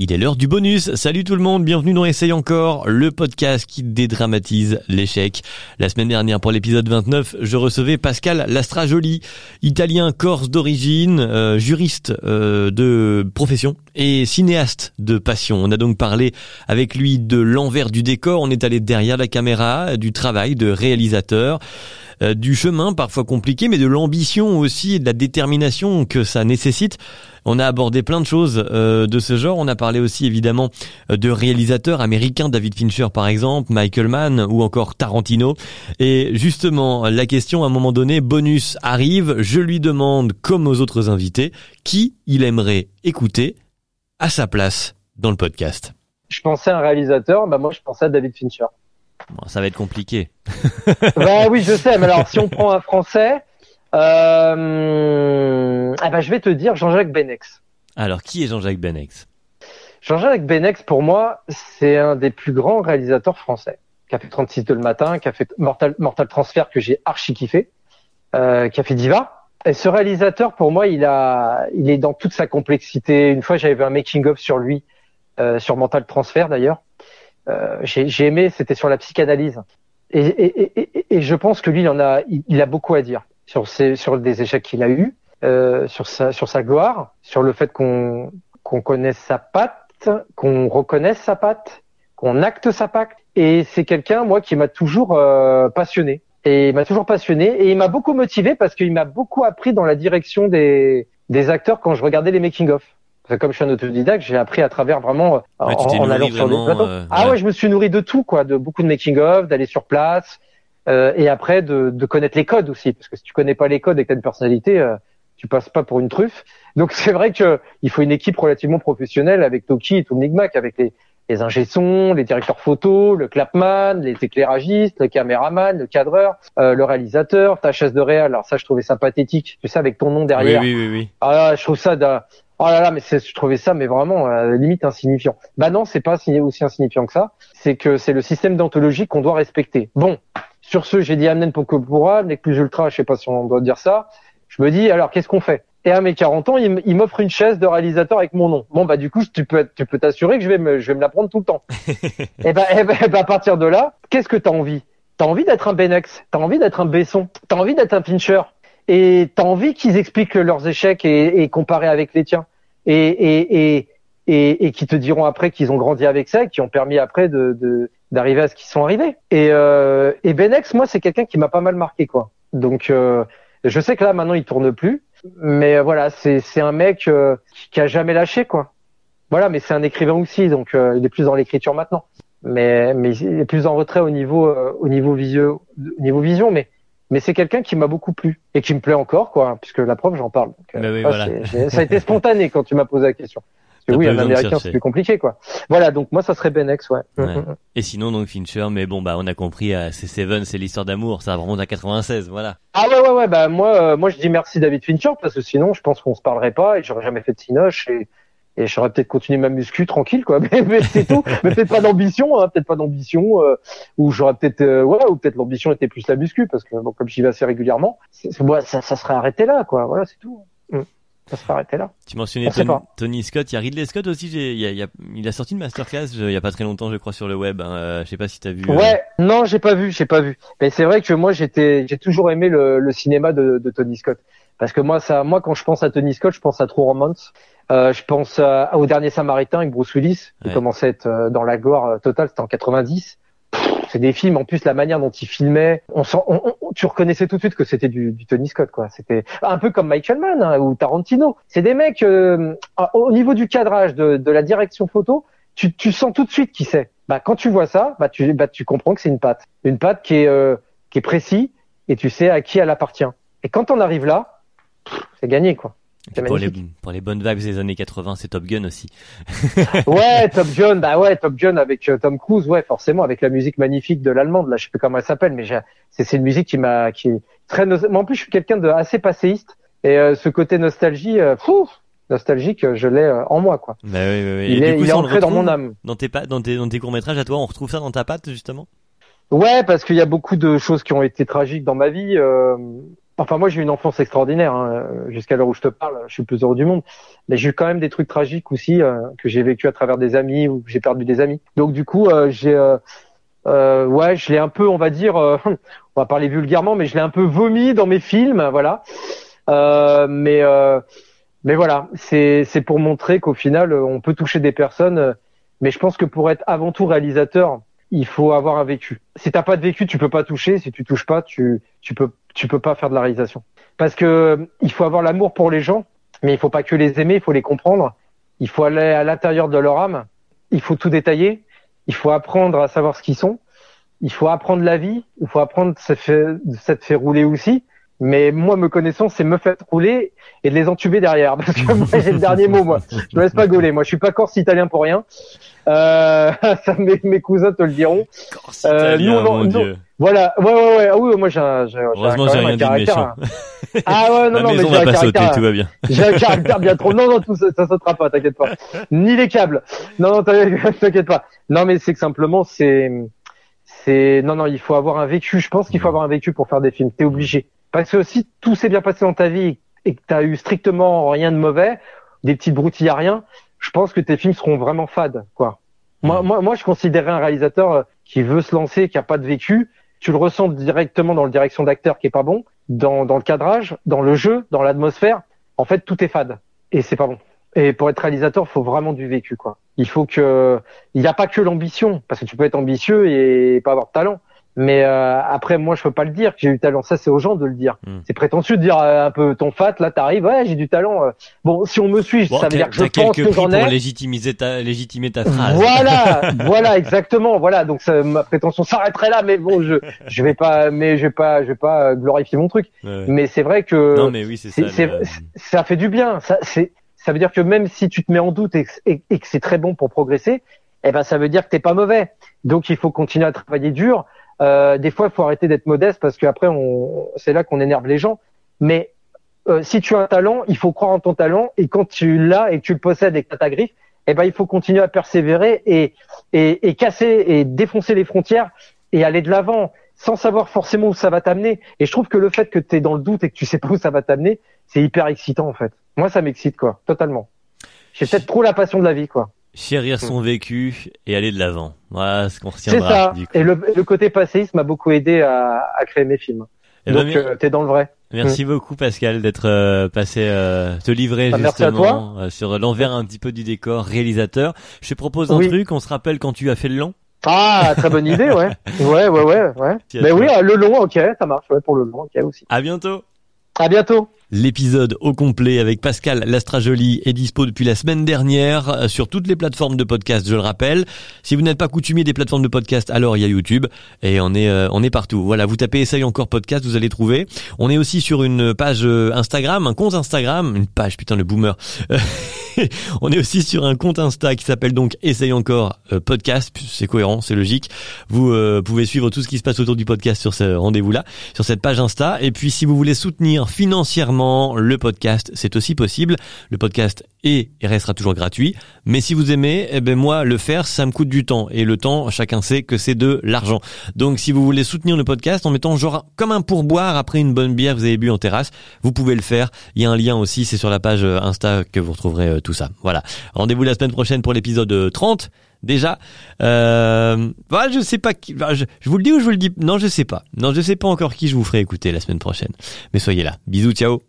Il est l'heure du bonus. Salut tout le monde, bienvenue dans Essaye encore, le podcast qui dédramatise l'échec. La semaine dernière, pour l'épisode 29, je recevais Pascal Lastrajoli, italien corse d'origine, juriste de profession et cinéaste de passion. On a donc parlé avec lui de l'envers du décor, on est allé derrière la caméra, du travail de réalisateur, du chemin parfois compliqué, mais de l'ambition aussi et de la détermination que ça nécessite. On a abordé plein de choses de ce genre. On a parlé aussi évidemment de réalisateurs américains, David Fincher par exemple, Michael Mann ou encore Tarantino. Et justement, la question à un moment donné, bonus arrive, je lui demande, comme aux autres invités, qui il aimerait écouter à sa place dans le podcast. Je pensais à un réalisateur, moi je pensais à David Fincher. Bon, ça va être compliqué. Oui, je sais, mais alors si on prend un français, je vais te dire Jean-Jacques Benex. Alors, qui est Jean-Jacques Benex ? Jean-Jacques Benex, pour moi, c'est un des plus grands réalisateurs français. Qui a fait 36 le matin, qui a fait Mortal Transfer que j'ai archi kiffé, qui a fait Diva. Et ce réalisateur, pour moi, il est dans toute sa complexité. Une fois, j'avais vu un making-of sur lui, sur Mortal Transfer d'ailleurs. J'ai aimé, c'était sur la psychanalyse. Et je pense que lui, il a beaucoup à dire sur des échecs qu'il a eus, sur sa gloire, sur le fait qu'on connaisse sa patte, qu'on reconnaisse sa patte, qu'on acte sa patte. Et c'est quelqu'un, moi, qui m'a toujours passionné. Et il m'a toujours passionné et il m'a beaucoup motivé parce qu'il m'a beaucoup appris dans la direction des acteurs quand je regardais les making-of. Parce que comme je suis un autodidacte, j'ai appris à travers vraiment en allant sur des plateaux. Ouais, je me suis nourri de tout, quoi, de beaucoup de making-of, d'aller sur place et après de connaître les codes aussi, parce que si tu connais pas les codes et que t'as une personnalité, tu passes pas pour une truffe. Donc c'est vrai que il faut une équipe relativement professionnelle avec Toki et tout le micmac, avec les ingé-sons, les directeurs photos, le clapman, les éclairagistes, le caméraman, le cadreur, le réalisateur, ta chaise de réal. Alors ça, je trouvais ça pathétique. Tu sais, avec ton nom derrière. Oui. Ah, je trouve ça oh là là, mais je trouvais ça, mais vraiment, limite insignifiant. Non, c'est pas aussi insignifiant que ça. C'est que c'est le système d'anthologie qu'on doit respecter. Bon. Sur ce, j'ai dit Amnen Pokopura, Nec Plus Ultra, je sais pas si on doit dire ça. Je me dis, alors, qu'est-ce qu'on fait? Et à mes 40 ans, il m'offre une chaise de réalisateur avec mon nom. Bon, du coup, tu peux t'assurer que je vais me la prendre tout le temps. et à partir de là, qu'est-ce que t'as envie? T'as envie d'être un Benex, t'as envie d'être un Besson, t'as envie d'être un Fincher, et t'as envie qu'ils expliquent leurs échecs et comparés avec les tiens, et qui te diront après qu'ils ont grandi avec ça, et qui ont permis après d'arriver à ce qu'ils sont arrivés. Et Benex, moi, c'est quelqu'un qui m'a pas mal marqué, quoi. Donc, je sais que là, maintenant, il tourne plus. Mais voilà, c'est un mec qui a jamais lâché, quoi. Voilà, mais c'est un écrivain aussi, donc il est plus dans l'écriture maintenant. Mais il est plus en retrait au niveau vision, mais c'est quelqu'un qui m'a beaucoup plu et qui me plaît encore, quoi, puisque la preuve, j'en parle. Donc, voilà. Ça a été spontané quand tu m'as posé la question. Parce que oui, un américain, c'est plus compliqué, quoi. Voilà, donc moi, ça serait Benex, ouais. Et sinon, donc, Fincher, mais bon, on a compris, c'est Seven, c'est l'histoire d'amour, ça remonte à 96, voilà. Ah ouais, moi, je dis merci David Fincher, parce que sinon, je pense qu'on se parlerait pas et j'aurais jamais fait de cinoche et j'aurais peut-être continué ma muscu tranquille, quoi. Mais c'est tout. Mais peut-être pas d'ambition, ou j'aurais peut-être, ou peut-être l'ambition était plus la muscu, parce que bon, comme j'y vais assez régulièrement, ça serait arrêté là, quoi. Voilà, c'est tout. Ça se fait arrêter là. Tu mentionnais Tony Scott, il y a Ridley Scott aussi, il a sorti une masterclass il y a pas très longtemps, je crois, sur le web. Je sais pas si t'as vu. Ouais, non, j'ai pas vu. Mais c'est vrai que moi, j'ai toujours aimé le cinéma de Tony Scott. Parce que moi, quand je pense à Tony Scott, je pense à True Romance. Je pense au Dernier Samaritain avec Bruce Willis, qui commençait à être dans la gloire totale, c'était en 90. C'est des films, en plus, la manière dont il filmait, tu reconnaissais tout de suite que c'était du Tony Scott, quoi. C'était un peu comme Michael Mann, ou Tarantino. C'est des mecs, au niveau du cadrage, de la direction photo, tu sens tout de suite qui c'est. Quand tu vois ça, tu comprends que c'est une patte. Une patte qui est précise, et tu sais à qui elle appartient. Et quand on arrive là, c'est gagné, quoi. Pour les bonnes vibes des années 80, c'est Top Gun aussi. Ouais, Top Gun avec Tom Cruise, ouais, forcément, avec la musique magnifique de l'allemande, là, je sais plus comment elle s'appelle, mais c'est une musique qui est très, mais en plus, je suis quelqu'un de assez passéiste, et ce côté nostalgique, je l'ai en moi, quoi. Oui. Il est ancré dans mon âme. Dans tes courts-métrages à toi, on retrouve ça dans ta patte, justement? Ouais, parce qu'il y a beaucoup de choses qui ont été tragiques dans ma vie, Enfin, moi, j'ai eu une enfance extraordinaire. Hein. Jusqu'à l'heure où je te parle, je suis le plus heureux du monde. Mais j'ai eu quand même des trucs tragiques aussi que j'ai vécu à travers des amis ou que j'ai perdu des amis. Donc, du coup, je l'ai un peu, on va dire, on va parler vulgairement, mais je l'ai un peu vomi dans mes films, voilà. Mais voilà, c'est pour montrer qu'au final, on peut toucher des personnes. Mais je pense que pour être avant tout réalisateur, il faut avoir un vécu. Si t'as pas de vécu, tu peux pas toucher. Si tu touches pas, tu peux pas faire de la réalisation. Parce que il faut avoir l'amour pour les gens, mais il faut pas que les aimer, il faut les comprendre. Il faut aller à l'intérieur de leur âme. Il faut tout détailler. Il faut apprendre à savoir ce qu'ils sont. Il faut apprendre la vie. Il faut apprendre ça te fait rouler aussi. Mais moi, me connaissant, c'est me faire rouler et de les entuber derrière. Parce que moi, j'ai le dernier mot, moi. Je me laisse pas gauler. Moi, je suis pas corse-italien pour rien. Ça, mes cousins te le diront. Corse-italien, mon Dieu. Voilà. Ouais. Ah oui, moi, Heureusement, j'ai rien dit de méchant. Ah ouais, non, La maison mais va pas sauter, tout va bien. J'ai un caractère bien trop. Non, tout ça sautera pas, t'inquiète pas. Ni les câbles. Non, t'inquiète pas. Non, mais c'est que simplement, non, il faut avoir un vécu. Je pense qu'il faut avoir un vécu pour faire des films. T'es obligé. Parce que si tout s'est bien passé dans ta vie et que t'as eu strictement rien de mauvais, des petites broutilles à rien, je pense que tes films seront vraiment fades, quoi. Moi, je considérais un réalisateur qui veut se lancer, qui a pas de vécu. Tu le ressens directement dans la direction d'acteur qui est pas bon, dans le cadrage, dans le jeu, dans l'atmosphère. En fait, tout est fade et c'est pas bon. Et pour être réalisateur, il faut vraiment du vécu, quoi. Il n'y a pas que l'ambition, parce que tu peux être ambitieux et pas avoir de talent. Mais après, moi, je peux pas le dire que j'ai du talent. Ça, c'est aux gens de le dire. C'est prétentieux de dire un peu ton fat. Là, t'arrives, ouais, j'ai du talent. Bon, si on me suit, ça veut dire que je pense que j'en ai. Pour légitimer ta phrase. Voilà, exactement. Voilà, donc ma prétention s'arrêterait là. Mais bon, je vais pas glorifier mon truc. Ouais. Mais c'est vrai que non, mais oui, c'est ça. Ça fait du bien. Ça veut dire que même si tu te mets en doute et que c'est très bon pour progresser, eh ben ça veut dire que t'es pas mauvais. Donc il faut continuer à travailler dur. Des fois, il faut arrêter d'être modeste parce qu'après, c'est là qu'on énerve les gens. Mais si tu as un talent, il faut croire en ton talent. Et quand tu l'as et que tu le possèdes et que tu as ta griffe, eh ben, il faut continuer à persévérer et casser et défoncer les frontières et aller de l'avant sans savoir forcément où ça va t'amener. Et je trouve que le fait que tu es dans le doute et que tu sais pas où ça va t'amener, c'est hyper excitant en fait. Moi, ça m'excite, quoi, totalement. J'ai peut-être trop la passion de la vie, quoi. Chérir son vécu et aller de l'avant. Voilà ce qu'on retiendra. C'est ça. Du coup. Et le côté passéiste m'a beaucoup aidé à créer mes films. Et donc, t'es dans le vrai. Merci beaucoup, Pascal, d'être passé te livrer justement sur l'envers un petit peu du décor réalisateur. Je te propose un truc. On se rappelle quand tu as fait le long. Ah, très bonne idée, ouais. Ouais. Mais oui, le long, ok, ça marche. Ouais, pour le long, ok aussi. À bientôt. À bientôt. L'épisode au complet avec Pascal Lastrajoli est dispo depuis la semaine dernière sur toutes les plateformes de podcast, je le rappelle. Si vous n'êtes pas coutumier des plateformes de podcast, alors il y a YouTube et on est partout. Voilà, vous tapez Essaye encore podcast, vous allez trouver. On est aussi sur une page Instagram, un compte Instagram, une page, putain le boomer. On est aussi sur un compte Insta qui s'appelle donc Essaye encore podcast, c'est cohérent, c'est logique. Vous pouvez suivre tout ce qui se passe autour du podcast sur ce rendez-vous-là, sur cette page Insta. Et puis si vous voulez soutenir financièrement le podcast, c'est aussi possible. Le podcast est et restera toujours gratuit. Mais si vous aimez, moi, le faire, ça me coûte du temps. Et le temps, chacun sait que c'est de l'argent. Donc, si vous voulez soutenir le podcast en mettant genre comme un pourboire après une bonne bière que vous avez bu en terrasse, vous pouvez le faire. Il y a un lien aussi, c'est sur la page Insta que vous retrouverez tout ça. Voilà. Rendez-vous la semaine prochaine pour l'épisode 30. Déjà, je sais pas qui, je vous le dis ou je vous le dis? Non, je sais pas. Non, je sais pas encore qui je vous ferai écouter la semaine prochaine. Mais soyez là. Bisous, ciao.